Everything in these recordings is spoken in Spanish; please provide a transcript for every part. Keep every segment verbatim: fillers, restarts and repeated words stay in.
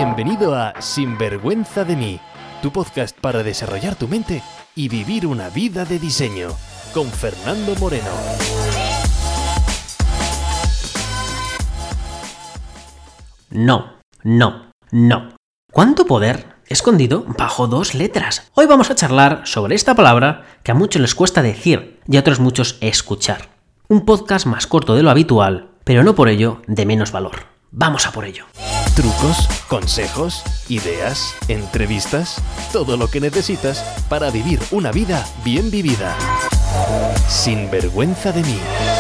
Bienvenido a Sinvergüenza de mí, tu podcast para desarrollar tu mente y vivir una vida de diseño, con Fernando Moreno. No, no, no. ¿Cuánto poder escondido bajo dos letras? Hoy vamos a charlar sobre esta palabra que a muchos les cuesta decir y a otros muchos escuchar. Un podcast más corto de lo habitual, pero no por ello de menos valor. Vamos a por ello. Trucos, consejos, ideas, entrevistas, todo lo que necesitas para vivir una vida bien vivida. Sinvergüenza de mí.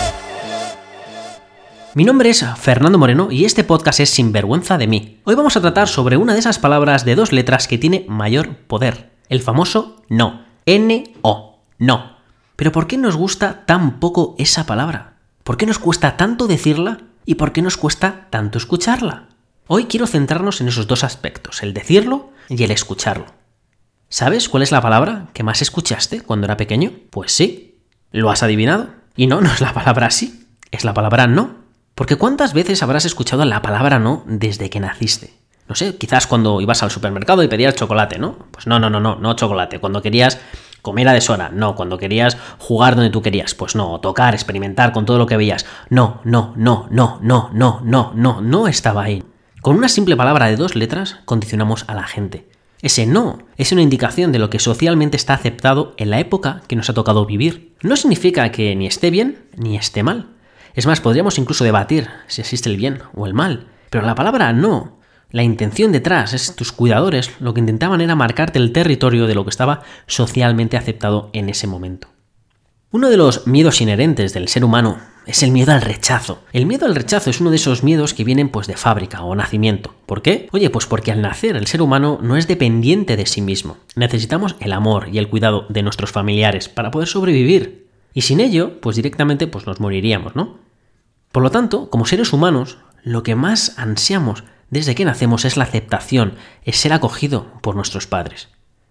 Mi nombre es Fernando Moreno y este podcast es Sinvergüenza de mí. Hoy vamos a tratar sobre una de esas palabras de dos letras que tiene mayor poder, el famoso no, N O, no. Pero ¿por qué nos gusta tan poco esa palabra? ¿Por qué nos cuesta tanto decirla y por qué nos cuesta tanto escucharla? Hoy quiero centrarnos en esos dos aspectos, el decirlo y el escucharlo. ¿Sabes cuál es la palabra que más escuchaste cuando era pequeño? Pues sí, ¿lo has adivinado? Y no, no es la palabra sí, es la palabra no. Porque ¿cuántas veces habrás escuchado la palabra no desde que naciste? No sé, quizás cuando ibas al supermercado y pedías chocolate, ¿no? Pues no, no, no, no, no chocolate. Cuando querías comer a deshora, no. Cuando querías jugar donde tú querías, pues no. Tocar, experimentar con todo lo que veías. No, no, no, no, no, no, no, no, no estaba ahí. Con una simple palabra de dos letras condicionamos a la gente. Ese no es una indicación de lo que socialmente está aceptado en la época que nos ha tocado vivir. No significa que ni esté bien ni esté mal. Es más, podríamos incluso debatir si existe el bien o el mal. Pero la palabra no, la intención detrás, es tus cuidadores lo que intentaban era marcarte el territorio de lo que estaba socialmente aceptado en ese momento. Uno de los miedos inherentes del ser humano es el miedo al rechazo. El miedo al rechazo es uno de esos miedos que vienen pues de fábrica o nacimiento. ¿Por qué? Oye, pues porque al nacer el ser humano no es dependiente de sí mismo. Necesitamos el amor y el cuidado de nuestros familiares para poder sobrevivir. Y sin ello, pues directamente pues nos moriríamos, ¿no? Por lo tanto, como seres humanos, lo que más ansiamos desde que nacemos es la aceptación, es ser acogido por nuestros padres.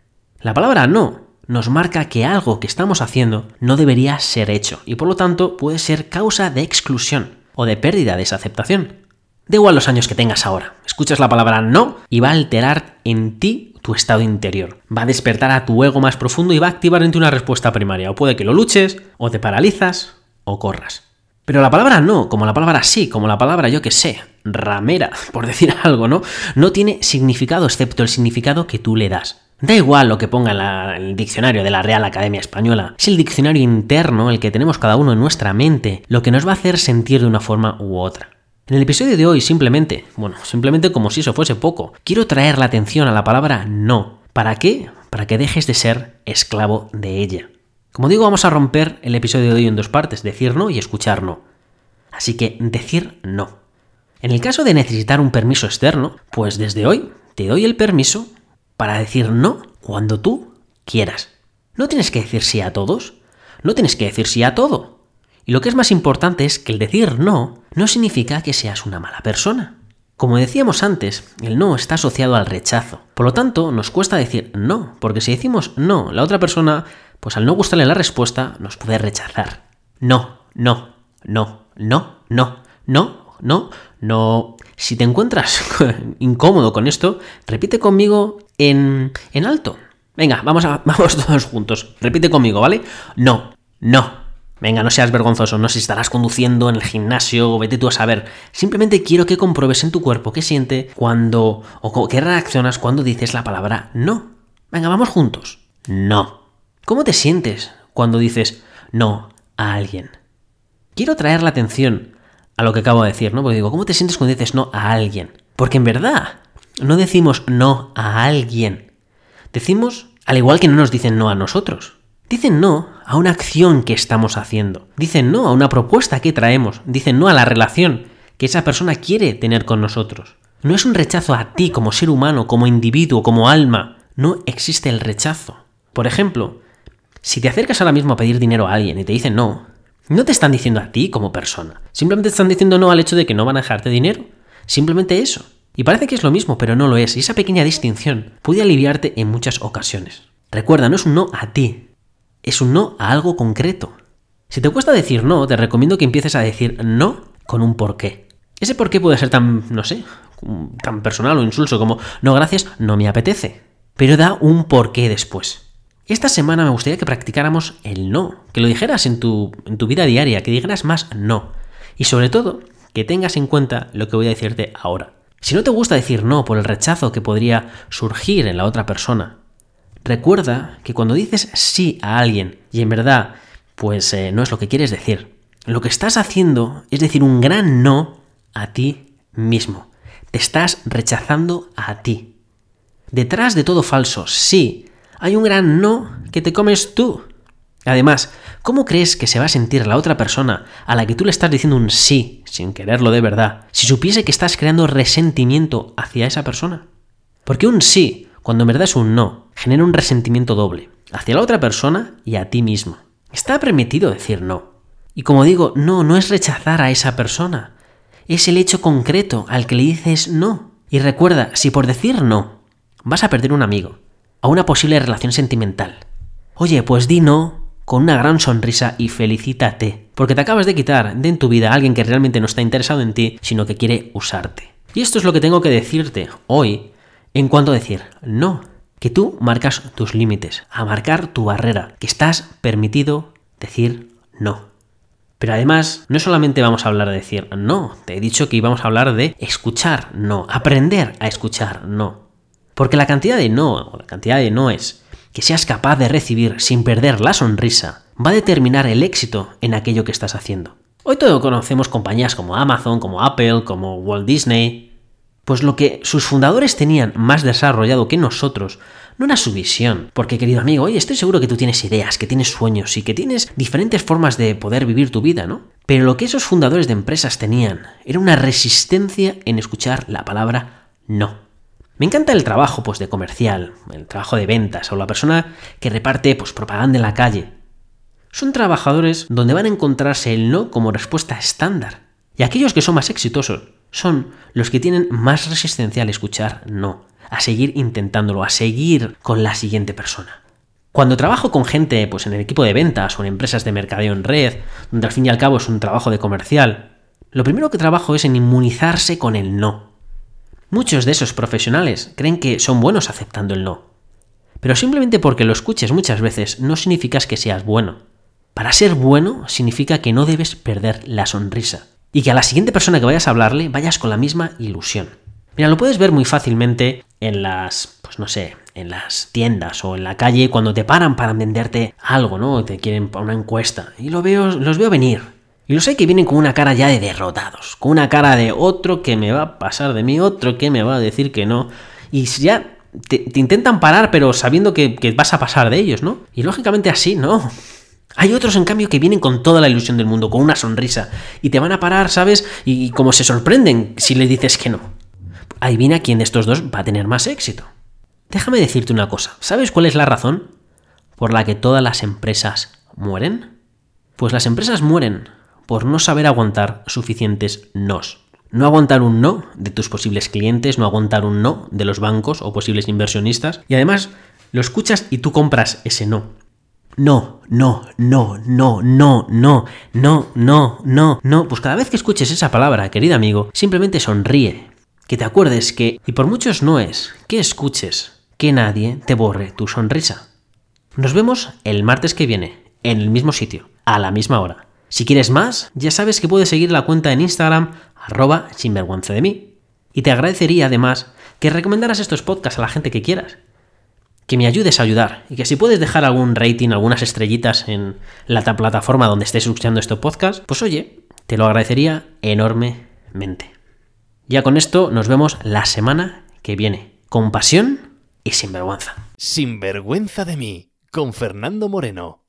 La palabra no nos marca que algo que estamos haciendo no debería ser hecho y por lo tanto puede ser causa de exclusión o de pérdida de esa aceptación. Da igual los años que tengas ahora, escuchas la palabra no y va a alterar en ti tu estado interior. Va a despertar a tu ego más profundo y va a activar en ti una respuesta primaria. O puede que lo luches, o te paralizas, o corras. Pero la palabra no, como la palabra sí, como la palabra yo que sé, ramera, por decir algo, ¿no? No tiene significado excepto el significado que tú le das. Da igual lo que ponga en, la, en el diccionario de la Real Academia Española. Es el diccionario interno, el que tenemos cada uno en nuestra mente, lo que nos va a hacer sentir de una forma u otra. En el episodio de hoy simplemente, bueno, simplemente como si eso fuese poco, quiero traer la atención a la palabra no. ¿Para qué? Para que dejes de ser esclavo de ella. Como digo, vamos a romper el episodio de hoy en dos partes, decir no y escuchar no. Así que decir no. En el caso de necesitar un permiso externo, pues desde hoy te doy el permiso para decir no cuando tú quieras. No tienes que decir sí a todos, no tienes que decir sí a todo. Y lo que es más importante es que el decir no no significa que seas una mala persona. Como decíamos antes, el no está asociado al rechazo. Por lo tanto, nos cuesta decir no, porque si decimos no, la otra persona, pues al no gustarle la respuesta, nos puede rechazar. No, no, no, no, no, no, no, no. Si te encuentras incómodo con esto, repite conmigo en, en alto. Venga, vamos, a, vamos todos juntos. Repite conmigo, ¿vale? No, no. Venga, no seas vergonzoso, no sé si estarás conduciendo en el gimnasio o vete tú a saber. Simplemente quiero que compruebes en tu cuerpo qué siente cuando o qué reaccionas cuando dices la palabra no. Venga, vamos juntos. No. ¿Cómo te sientes cuando dices no a alguien? Quiero traer la atención a lo que acabo de decir, ¿no? Porque digo, ¿cómo te sientes cuando dices no a alguien? Porque en verdad no decimos no a alguien. Decimos, al igual que no nos dicen no a nosotros. Dicen no a una acción que estamos haciendo. Dicen no a una propuesta que traemos. Dicen no a la relación que esa persona quiere tener con nosotros. No es un rechazo a ti como ser humano, como individuo, como alma. No existe el rechazo. Por ejemplo, si te acercas ahora mismo a pedir dinero a alguien y te dicen no, no te están diciendo a ti como persona. Simplemente te están diciendo no al hecho de que no van a dejarte dinero. Simplemente eso. Y parece que es lo mismo, pero no lo es. Y esa pequeña distinción puede aliviarte en muchas ocasiones. Recuerda, no es un no a ti. Es un no a algo concreto. Si te cuesta decir no, te recomiendo que empieces a decir no con un porqué. Ese porqué puede ser tan, no sé, tan personal o insulso como no gracias, no me apetece. Pero da un porqué después. Esta semana me gustaría que practicáramos el no, que lo dijeras en tu, en tu vida diaria, que dijeras más no. Y sobre todo, que tengas en cuenta lo que voy a decirte ahora. Si no te gusta decir no por el rechazo que podría surgir en la otra persona, recuerda que cuando dices sí a alguien y en verdad pues eh, no es lo que quieres decir, lo que estás haciendo es decir un gran no a ti mismo. Te estás rechazando a ti. Detrás de todo falso sí hay un gran no que te comes tú. Además, ¿cómo crees que se va a sentir la otra persona a la que tú le estás diciendo un sí, sin quererlo de verdad, si supiese que estás creando resentimiento hacia esa persona? Porque un sí, cuando en verdad es un no, genera un resentimiento doble, hacia la otra persona y a ti mismo. Está permitido decir no. Y como digo, no, no es rechazar a esa persona. Es el hecho concreto al que le dices no. Y recuerda, si por decir no vas a perder un amigo, a una posible relación sentimental, oye, pues di no con una gran sonrisa y felicítate, porque te acabas de quitar de en tu vida a alguien que realmente no está interesado en ti, sino que quiere usarte. Y esto es lo que tengo que decirte hoy en cuanto a decir no, que tú marcas tus límites, a marcar tu barrera, que estás permitido decir no. Pero además, no solamente vamos a hablar de decir no, te he dicho que íbamos a hablar de escuchar no, aprender a escuchar no. Porque la cantidad de no, o la cantidad de noes que seas capaz de recibir sin perder la sonrisa, va a determinar el éxito en aquello que estás haciendo. Hoy todos conocemos compañías como Amazon, como Apple, como Walt Disney. Pues lo que sus fundadores tenían más desarrollado que nosotros no era su visión. Porque, querido amigo, oye, estoy seguro que tú tienes ideas, que tienes sueños y que tienes diferentes formas de poder vivir tu vida, ¿no? Pero lo que esos fundadores de empresas tenían era una resistencia en escuchar la palabra no. Me encanta el trabajo pues, de comercial, el trabajo de ventas o la persona que reparte pues, propaganda en la calle. Son trabajadores donde van a encontrarse el no como respuesta estándar. Y aquellos que son más exitosos son los que tienen más resistencia al escuchar no, a seguir intentándolo, a seguir con la siguiente persona. Cuando trabajo con gente pues, en el equipo de ventas o en empresas de mercadeo en red, donde al fin y al cabo es un trabajo de comercial, lo primero que trabajo es en inmunizarse con el no. Muchos de esos profesionales creen que son buenos aceptando el no. Pero simplemente porque lo escuches muchas veces no significa que seas bueno. Para ser bueno significa que no debes perder la sonrisa. Y que a la siguiente persona que vayas a hablarle vayas con la misma ilusión. Mira, lo puedes ver muy fácilmente en las, pues no sé, en las tiendas o en la calle cuando te paran para venderte algo, ¿no? Te quieren para una encuesta. Y lo veo, los veo venir. Y los sé que vienen con una cara ya de derrotados, con una cara de otro que me va a pasar de mí, otro que me va a decir que no. Y ya te, te intentan parar, pero sabiendo que, que vas a pasar de ellos, ¿no? Y lógicamente así, ¿no? Hay otros, en cambio, que vienen con toda la ilusión del mundo, con una sonrisa, y te van a parar, ¿sabes? Y, y como se sorprenden si le dices que no. Adivina quién de estos dos va a tener más éxito. Déjame decirte una cosa, ¿sabes cuál es la razón por la que todas las empresas mueren? Pues las empresas mueren por no saber aguantar suficientes nos. No aguantar un no de tus posibles clientes, no aguantar un no de los bancos o posibles inversionistas. Y además lo escuchas y tú compras ese no. No, no, no, no, no, no, no, no, no, no. Pues cada vez que escuches esa palabra, querido amigo, simplemente sonríe. Que te acuerdes que, y por muchos noes que escuches, que nadie te borre tu sonrisa. Nos vemos el martes que viene, en el mismo sitio, a la misma hora. Si quieres más, ya sabes que puedes seguir la cuenta en Instagram, arroba sinvergüenza de mí. Y te agradecería además que recomendaras estos podcasts a la gente que quieras. Que me ayudes a ayudar. Y que si puedes dejar algún rating, algunas estrellitas en la plataforma donde estés escuchando este podcast, pues oye, te lo agradecería enormemente. Ya con esto nos vemos la semana que viene. Con pasión y sin vergüenza. Sin vergüenza de mí, con Fernando Moreno.